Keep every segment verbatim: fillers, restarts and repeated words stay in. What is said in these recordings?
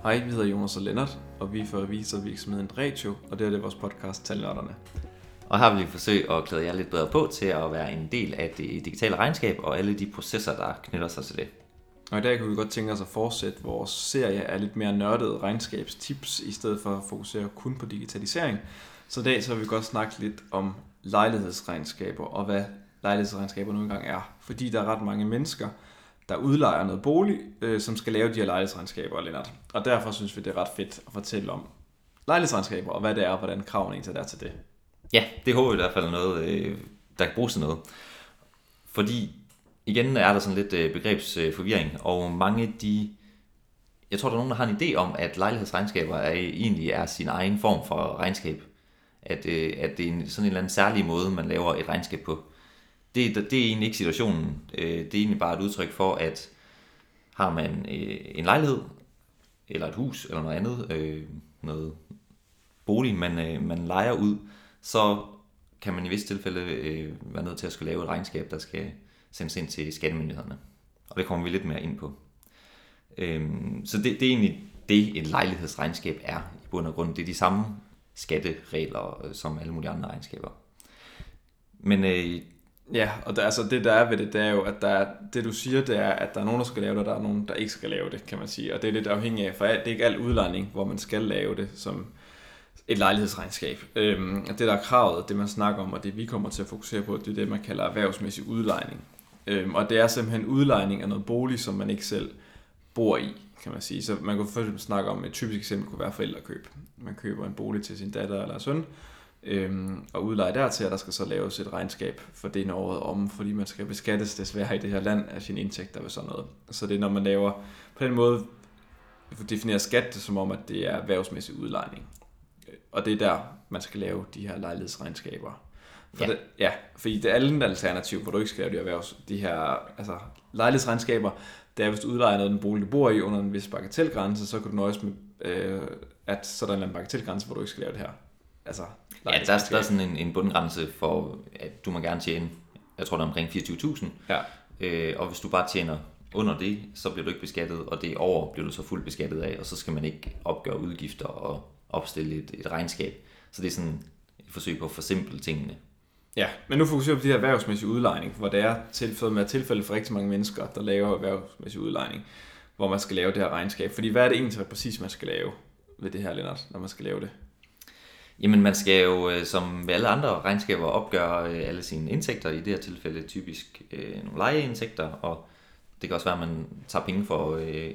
Hej, vi hedder Jonas og Lennart, og vi er fra revisorvirksomheden Dretio, og det er det vores podcast Talnørderne. Og her vil vi forsøge at klæde jer lidt bedre på til at være en del af det digitale regnskab og alle de processer, der knytter sig til det. Og i dag kunne vi godt tænke os at fortsætte vores serie af lidt mere nørdede regnskabstips, i stedet for at fokusere kun på digitalisering. Så i dag så vil vi godt snakke lidt om lejlighedsregnskaber, og hvad lejlighedsregnskaber nu engang er. Fordi der er ret mange mennesker, der udlejer noget bolig, øh, som skal lave de her lejlighedsregnskaber, Lennart. Og derfor synes vi, det er ret fedt at fortælle om lejlighedsregnskaber, og hvad det er, og hvordan kravene egentlig er til det. Ja, det håber vi i hvert fald er noget, der kan bruges til noget. Fordi igen er der sådan lidt begrebsforvirring, og mange de... Jeg tror, der er nogen, der har en idé om, at lejlighedsregnskaber er, egentlig er sin egen form for regnskab. At, at det er sådan en eller anden særlig måde, man laver et regnskab på. Det, det er egentlig ikke situationen. Det er egentlig bare et udtryk for, at har man en lejlighed, eller et hus, eller noget andet, noget bolig, man, man lejer ud, så kan man i visse tilfælde være nødt til at skulle lave et regnskab, der skal sendes ind til skattemyndighederne. Og det kommer vi lidt mere ind på. Så det, det er egentlig det, et lejlighedsregnskab er i bund og grund. Det er de samme skatteregler som alle mulige andre regnskaber. Men øh, ja, og der, altså det der er ved det, det er jo, at der er, det du siger, det er, at der er nogen, der skal lave det, og der er nogen, der ikke skal lave det, kan man sige. Og det er lidt afhængigt af, for det er ikke al udlejning, hvor man skal lave det som et lejlighedsregnskab. Øhm, det der er kravet, det man snakker om, og det vi kommer til at fokusere på, det er det, man kalder erhvervsmæssig udlejning. Øhm, og det er simpelthen udlejning af noget bolig, som man ikke selv bor i, kan man sige. Så man kunne for eksempel snakke om, et typisk eksempel kunne være forældrekøb. Man køber en bolig til sin datter eller søn, øhm, og udlejer dertil, at der skal så laves et regnskab for det året om, fordi man skal beskattes desværre i det her land af sine indtægter ved sådan noget. Så det er, når man laver på den måde, definerer skat det som om, at det er erhvervsmæssig udlejning. Og det er der, man skal lave de her lejlighedsregnskaber. For ja. Det, ja, fordi det er alle alternativ, hvor du ikke skal lave de, erhvervs, de her altså, lejlighedsregnskaber. Det er, hvis du udlejer noget, den bolig, du bor i, under en vis bagatelgrænse, så kan du nøjes med, øh, at så er der en eller anden bagatelgrænse, hvor du ikke skal lave det her. Altså, ja, der er, der er sådan en, en bundgrænse for, at du må gerne tjene, jeg tror, der er omkring fireogtyve tusind. Ja. Øh, og hvis du bare tjener under det, så bliver du ikke beskattet, og det over bliver du så fuldt beskattet af, og så skal man ikke opgøre udgifter og opstille et, et regnskab. Så det er sådan et forsøg på at forsimple tingene. Ja, men nu fokuserer vi på de her erhvervsmæssige udlejning, hvor det er tilfælde med tilfælde for rigtig mange mennesker, der laver erhvervsmæssig udlejning, hvor man skal lave det her regnskab. Fordi hvad er det egentlig præcis, man skal lave ved det her, Lennart, når man skal lave det? Jamen man skal jo, som ved alle andre regnskaber, opgøre alle sine indtægter, i det her tilfælde typisk øh, nogle lejeindtægter, og det kan også være, at man tager penge for øh,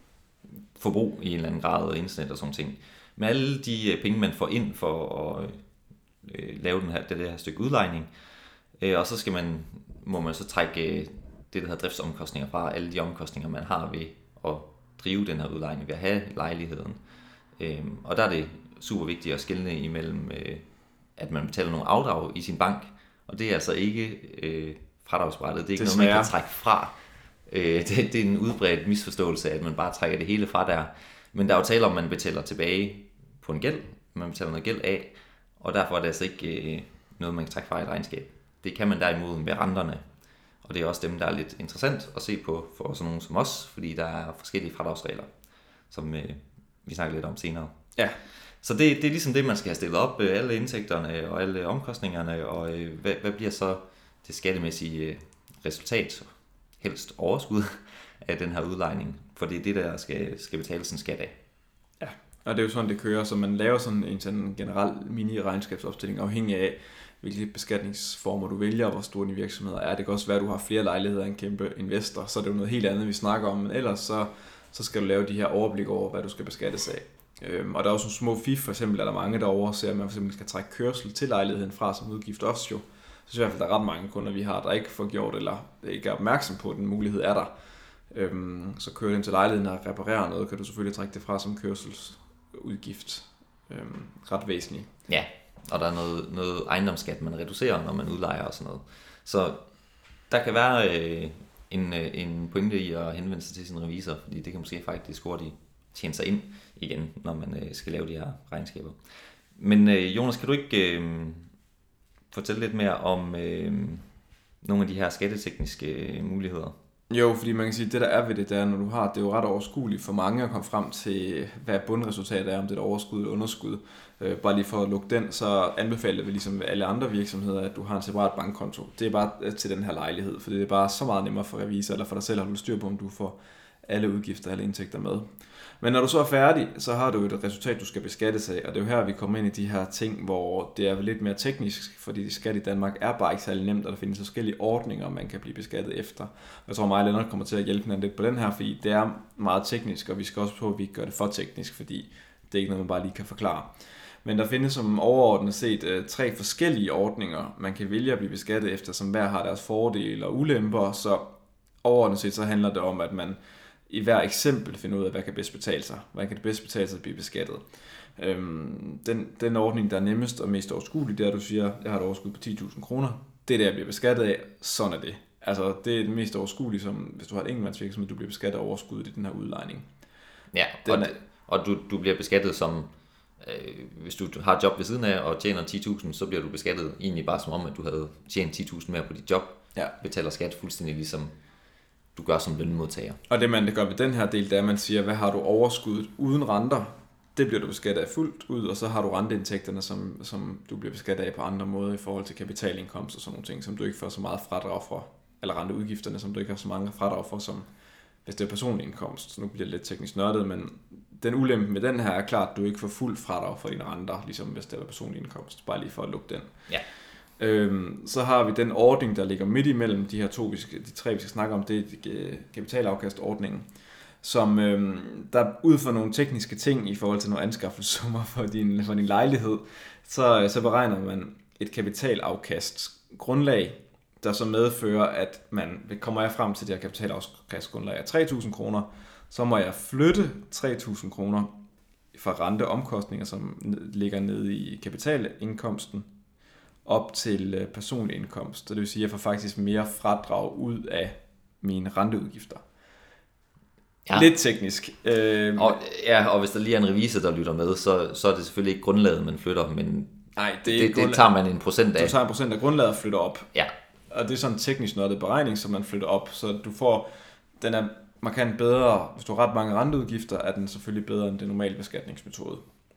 forbrug i en eller anden grad, internet og sådan ting. Med alle de penge, man får ind for at øh, lave den her, det her stykke udlejning, øh, og så skal man, må man så trække øh, det, der hedder driftsomkostninger fra, alle de omkostninger, man har ved at drive den her udlejning, ved at have lejligheden. Øh, og der er det super vigtigt at skelne imellem, øh, at man betaler nogle afdrag i sin bank, og det er altså ikke øh, fradragsberettiget, det er ikke Desværre. noget, man kan trække fra. Øh, det, det er en udbredt misforståelse, at man bare trækker det hele fra der. Men der er jo tale om, at man betaler tilbage på en gæld, man betaler noget gæld af, og derfor er det altså ikke øh, noget, man kan trække fra i et regnskab. Det kan man derimod med renterne, og det er også dem, der er lidt interessant at se på for sådan nogen som os, fordi der er forskellige fradragsregler, som øh, vi snakker lidt om senere. Ja. Så det, det er ligesom det, man skal have stillet op, øh, alle indtægterne og alle omkostningerne, og øh, hvad, hvad bliver så det skattemæssige øh, resultat, helst overskud af den her udlejning, for det er det, der skal, skal betales en skat af. Ja, og det er jo sådan, det kører, så man laver sådan en sådan generel mini-regnskabsopstilling, afhængig af, hvilke beskatningsformer du vælger, og hvor store dine virksomheder er. Det kan også være, at du har flere lejligheder end en kæmpe investor, så er det jo noget helt andet, vi snakker om, men ellers så, så skal du lave de her overblik over, hvad du skal beskattes af. Øhm, og der er også nogle små fif, for eksempel er der mange, der overser, at man for eksempel skal trække kørsel til lejligheden fra som udgift også jo. Så i hvert fald, der er ret mange kunder, vi har, der ikke får gjort, eller ikke er opmærksom på, at den mulighed er der. Øhm, så kører du ind til lejligheden og reparerer noget, kan du selvfølgelig trække det fra som kørselsudgift. Øhm, ret væsentligt. Ja, og der er noget, noget ejendomsskat, man reducerer, når man udlejer og sådan noget. Så der kan være øh, en, øh, en pointe i at henvende sig til sin revisor, fordi det kan måske faktisk hurtigt tjene sig ind igen, når man øh, skal lave de her regnskaber. Men øh, Jonas, kan du ikke øh, fortælle lidt mere om øh, nogle af de her skattetekniske muligheder? Jo, fordi man kan sige, at det der er ved det, der når du har, det er jo ret overskueligt for mange at komme frem til, hvad bundresultatet er, om det er et overskud eller underskud. Øh, bare lige for at lukke den, så anbefaler vi ligesom ved alle andre virksomheder, at du har en separat bankkonto. Det er bare til den her lejlighed, for det er bare så meget nemmere for revisor eller for dig selv, at du styr på, om du får alle udgifter, alle indtægter med. Men når du så er færdig, så har du et resultat, du skal beskattes af, og det er jo her, vi kommer ind i de her ting, hvor det er lidt mere teknisk, fordi skat i Danmark er bare ikke særlig nemt, og der findes forskellige ordninger, man kan blive beskattet efter. Jeg tror, mig og Lennart kommer til at hjælpe hinanden lidt på den her, fordi det er meget teknisk, og vi skal også på, at vi ikke gør det for teknisk, fordi det er ikke noget, man bare lige kan forklare. Men der findes som overordnet set tre forskellige ordninger, man kan vælge at blive beskattet efter, som hver har deres fordele og ulemper, så overordnet set så handler det om, at man i hver eksempel finde ud af, hvad kan bedst betale sig. Hvad kan det bedst betale sig at blive beskattet? Øhm, den, den ordning, der er nemmest og mest overskuelig, det er, at du siger, jeg har et overskud på ti tusind kroner. Det er det, jeg bliver beskattet af. Sådan er det. Altså, det er det mest overskuelige, som hvis du har et enkeltmandsvirksomhed, du bliver beskattet af overskuddet i den her udlejning. Ja, og, er, og du, du bliver beskattet som, øh, hvis du har et job ved siden af og tjener ti tusind, så bliver du beskattet egentlig bare som om, at du havde tjent ti tusind mere på dit job. Ja. Betaler skat fuldstændig ligesom du gør som lønmodtager. Og det man det gør ved den her del, det er, at man siger, hvad har du overskuddet uden renter? Det bliver du beskattet af fuldt ud, og så har du renteindtægterne, som, som du bliver beskattet af på andre måder i forhold til kapitalindkomst og sådan nogle ting, som du ikke får så meget fradrag for, eller renteudgifterne, som du ikke har så mange fradrag for, som hvis det er personlig indkomst. Så nu bliver det lidt teknisk nørdet, men den ulempe med den her er klart, at du ikke får fuld fradrag for dine renter, ligesom hvis det er personlig indkomst, bare lige for at lukke den. Ja. Øhm, så har vi den ordning, der ligger midt imellem de her to, vi skal, de tre, vi skal snakke om, det er kapitalafkastordningen, som øhm, der ud fra nogle tekniske ting i forhold til nogle anskaffelsessummer for din, for din lejlighed, så, så beregner man et kapitalafkastgrundlag, der så medfører, at man kommer jeg frem til det her kapitalafkastgrundlag af tre tusind kroner, så må jeg flytte tre tusind kroner fra renteomkostninger, som ligger nede i kapitalindkomsten, op til personlig indkomst. Så det vil sige, at jeg får faktisk mere fradrag ud af mine renteudgifter. Ja. Lidt teknisk. Øh, og, ja, og hvis der lige er en revisor, der lytter med, så, så er det selvfølgelig ikke grundlaget, man flytter, men nej, det, det, det, det tager man en procent af. Du tager en procent af grundlaget og flytter op. Ja. Og det er sådan en teknisk nørdet beregning, som man flytter op, så du får, den er markant bedre, hvis du har ret mange renteudgifter, er den selvfølgelig bedre end den normale beskatningsmetode.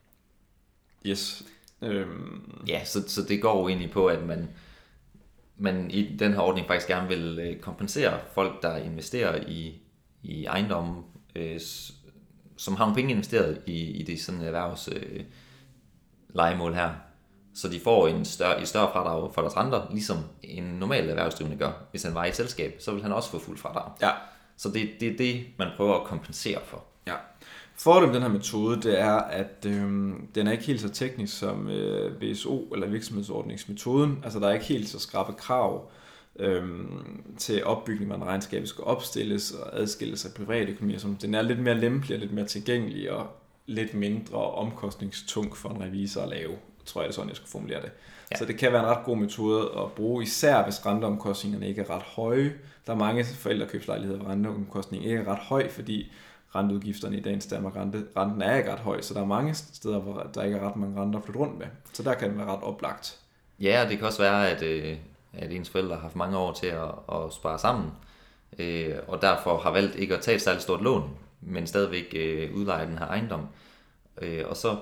Yes. Øhm. Ja, så, så det går jo egentlig på, at man, man i den her ordning faktisk gerne vil kompensere folk, der investerer i, i ejendomme, øh, som har nogle penge investeret i, i det sådan erhvervs øh, lejemål her. Så de får en større, et større fradrag for deres renter, ligesom en normal erhvervsdrivende gør. Hvis han var i et selskab, så vil han også få fuld fradrag. Ja. Så det er det, det, man prøver at kompensere for. Ja. Fordelen med den her metode, det er, at øhm, den er ikke helt så teknisk som øh, V S O eller virksomhedsordningsmetoden. Altså der er ikke helt så skrappe krav øhm, til opbygning, hvordan regnskabet skal opstilles og adskilles af privatøkonomi. Som den er lidt mere lempelig og lidt mere tilgængelig og lidt mindre omkostningstung for en revisor at lave. Tror jeg, det er sådan, jeg skal formulere det. Ja. Så det kan være en ret god metode at bruge, især hvis renteomkostningerne ikke er ret høje. Der er mange forældrekøbslejligheder, hvor renteomkostningen ikke er ret høj, fordi renteudgifterne i dagens Danmark, rente, renten er ikke ret høj, så der er mange steder, hvor der ikke er ret mange renter at flytte rundt med. Så der kan det være ret oplagt. Ja, og det kan også være, at, øh, at ens forældre har haft mange år til at, at spare sammen, øh, og derfor har valgt ikke at tage et særligt stort lån, men stadigvæk øh, udleje den her ejendom. Øh, og så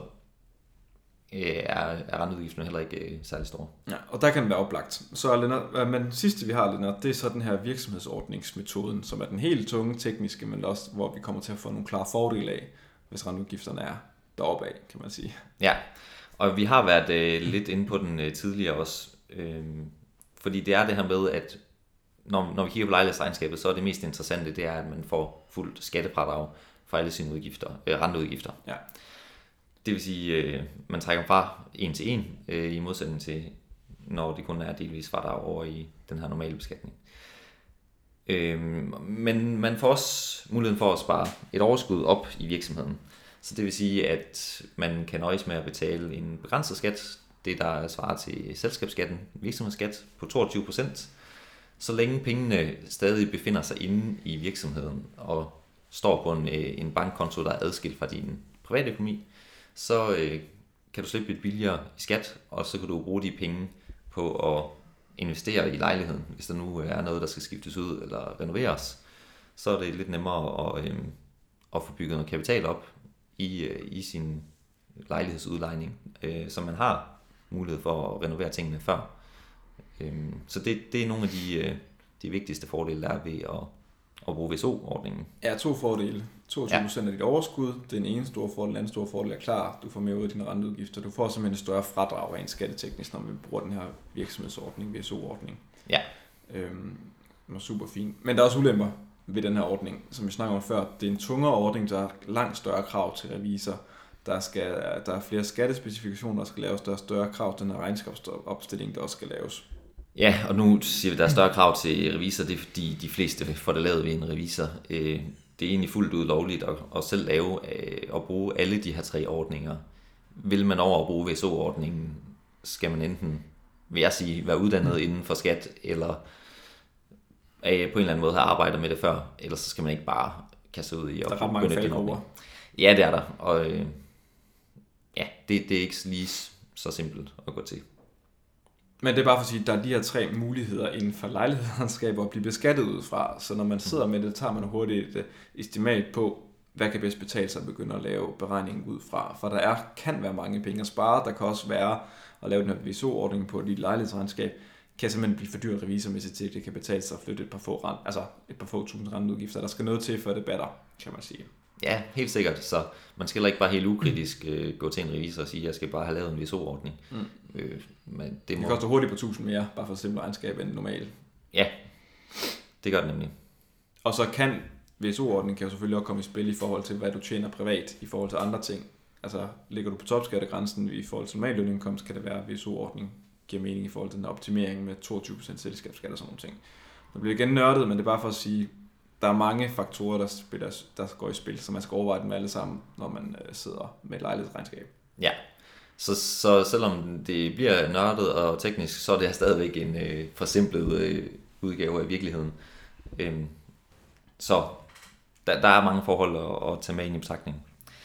er, er renteudgiften heller ikke særlig stor. Ja, og der kan den være oplagt. Så Lennart, men det sidste vi har, Lennart, det er så den her virksomhedsordningsmetoden, som er den helt tunge tekniske, men også hvor vi kommer til at få nogle klare fordele af, hvis renteudgifterne er deroppe af, kan man sige. Ja, og vi har været øh, lidt inde på den øh, tidligere også, øh, fordi det er det her med, at når, når vi kigger på lejlighedsregnskabet, så er det mest interessante, det er, at man får fuldt skattefradrag for alle sine udgifter, øh, renteudgifter. Ja. Det vil sige, at øh, man trækker fra en til en, øh, i modsætning til, når det kun er delvis fradrag over i den her normale beskatning. Øh, men man får også muligheden for at spare et overskud op i virksomheden. Så det vil sige, at man kan nøjes med at betale en begrænset skat, det der svarer til selskabsskatten, virksomhedsskat på toogtyve procent, så længe pengene stadig befinder sig inde i virksomheden og står på en, en bankkonto, der er adskilt fra din private økonomi, så øh, kan du slippe lidt billigere i skat, og så kan du bruge de penge på at investere i lejligheden, hvis der nu er noget, der skal skiftes ud eller renoveres. så er det lidt nemmere at, øh, at få bygget noget kapital op i, øh, i sin lejlighedsudlejning, øh, så man har mulighed for at renovere tingene før. Øh, så det, det er nogle af de, øh, de vigtigste fordele, der er ved at, at bruge V S O-ordningen. Ja, to fordele. toogtyve procent ja. af dit overskud, det er den ene store fordel, den anden store fordel er klar. Du får mere ud af dine renteudgifter. Du får simpelthen et større fradrag rent skatteteknisk, når vi bruger den her virksomhedsordning, V S O-ordning. Ja. Øhm, det er super fint. Men der er også ulemper ved den her ordning, som vi snakker om før. Det er en tungere ordning, der har langt større krav til revisor. Der, skal, der er flere skattespecifikationer, der skal laves. Der er større krav til den her regnskabsopstilling, der også skal laves. Ja, og nu siger vi, at der er større krav til revisor, det er fordi de fleste får det lavet ved en revisor. Det er egentlig fuldt ud lovligt at, at selv lave og bruge alle de her tre ordninger. Vil man over at bruge V S O-ordningen, skal man enten, vil jeg sige, være uddannet inden for skat, eller på en eller anden måde have arbejdet med det før, ellers så skal man ikke bare kaste ud i at der er mange faldgruber. Ja, det er der, og ja, det, det er ikke lige så simpelt at gå til. Men det er bare for at sige, at der er de her tre muligheder inden for lejlighedsregnskaber at blive beskattet ud fra. Så når man sidder med det, tager man hurtigt et estimat på, hvad kan bedst betale sig at begynde at lave beregningen ud fra. For der er, kan være mange penge at spare. Der kan også være at lave den her V S O-ordning på et lille lejlighedsregnskab. Kan simpelthen blive for dyrt revisormæssigt til, at det kan betale sig at flytte et par få, rent, altså et par få tusind renteudgifter. Der skal noget til, før det batter, kan man sige. Ja, helt sikkert. Så man skal heller ikke bare helt ukritisk øh, gå til en revisor og sige, at jeg skal bare have lavet en V S O-ordning. Mm. Øh, men det, må... det koster hurtigt på tusind mere, bare for simple regnskab end normalt. Ja, det gør det nemlig. Og så kan V S O-ordningen kan jo selvfølgelig også komme i spil i forhold til, hvad du tjener privat i forhold til andre ting. Altså ligger du på topskattegrænsen i forhold til normal lønindkomst, kan det være, at V S O-ordningen giver mening i forhold til den optimering med toogtyve procent selskabsskat og sådan nogle ting. Det bliver igen nørdet, men det er bare for at sige, der er mange faktorer, der, spiller, der går i spil, så man skal overveje dem alle sammen, når man øh, sidder med et lejlighedsregnskab. Ja, så, så selvom det bliver nørdet og teknisk, så er det stadigvæk en øh, forsimplet øh, udgave af virkeligheden. Øhm, så der, der er mange forhold at, at tage med ind i betragtning.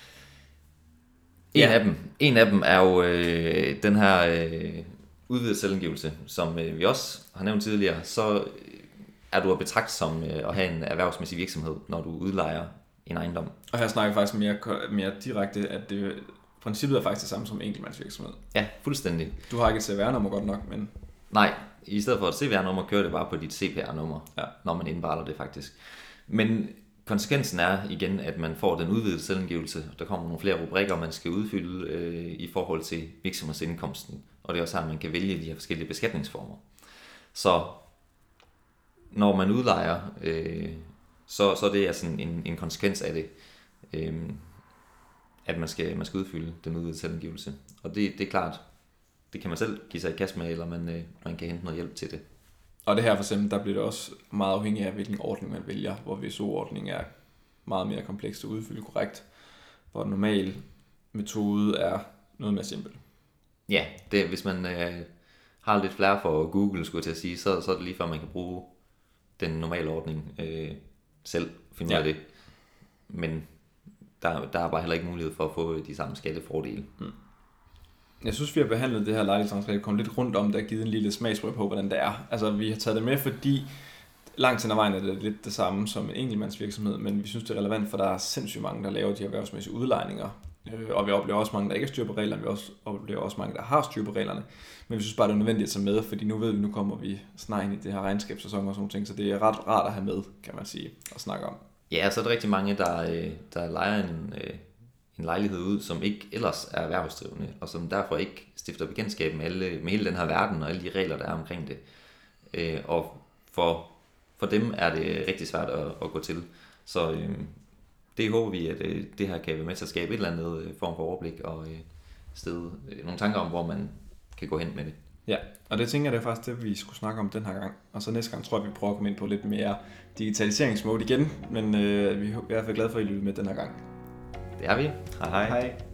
En, ja. af dem, en af dem er jo øh, den her øh, udvidet selvangivelse, som øh, vi også har nævnt tidligere, så er du at betragte som øh, at have en erhvervsmæssig virksomhed, når du udlejer en ejendom. Og her snakker jeg faktisk mere, mere direkte, at det, princippet er faktisk det samme som enkeltmandsvirksomhed. Ja, fuldstændig. Du har ikke et C V R-nummer godt nok, men... Nej, i stedet for et C V R-nummer, kører det bare på dit C P R-nummer, ja. Når man indberetter det faktisk. Men konsekvensen er igen, at man får den udvidede selvangivelse. Der kommer nogle flere rubrikker, man skal udfylde øh, i forhold til virksomhedsindkomsten. Og det er også her, man kan vælge de her forskellige beskatningsformer. Så når man udlejer, øh, så, så det er sådan en, en konsekvens af det, øh, at man skal, man skal udfylde den udvidede selvangivelse. Og det, det er klart, det kan man selv give sig i kast med, eller man, øh, man kan hente noget hjælp til det. Og det her for eksempel, der bliver det også meget afhængigt af, hvilken ordning man vælger, hvor V S O-ordningen er meget mere kompleks at udfylde korrekt, hvor den normale metode er noget mere simpel. Ja, det, hvis man øh, har lidt flere for Google, skulle jeg til at sige, så, så er det lige før, man kan bruge den normale ordning øh, selv, finde ud af det. Men der, der er bare heller ikke mulighed for at få de samme skattefordele. Mm. Jeg synes, vi har behandlet det her lejlighedsregnskab, kommet lidt rundt om, der har givet en lille smagsprøve på, hvordan det er. Altså, vi har taget det med, fordi langt hen ad vejen er det lidt det samme som en enkeltmandsvirksomhed, men vi synes, det er relevant, for der er sindssygt mange, der laver de erhvervsmæssige udlejninger. Og vi oplever også mange, der ikke har styr på reglerne, vi også oplever også mange, der har styr på reglerne. Men vi synes bare, det er nødvendigt at tage med, fordi nu ved vi, nu kommer vi snart ind i det her regnskabssæson og sådan nogle ting, så det er ret rart at have med, kan man sige, at snakke om. Ja, så er der rigtig mange, der, der lejer en, en lejlighed ud, som ikke ellers er erhvervsdrivende, og som derfor ikke stifter bekendtskab med, alle, med hele den her verden og alle de regler, der er omkring det. Og for, for dem er det rigtig svært at, at gå til. Så det håber vi, at det her kan være med til at skabe et eller andet form for overblik og stede nogle tanker om, hvor man kan gå hen med det. Ja, og det tænker jeg, det er faktisk det, vi skulle snakke om den her gang. Og så næste gang tror jeg, vi prøver at komme ind på lidt mere digitaliseringsmåde igen. Men øh, vi er i hvert fald glade for, at I lytter med den her gang. Det er vi. Hej hej. Hej.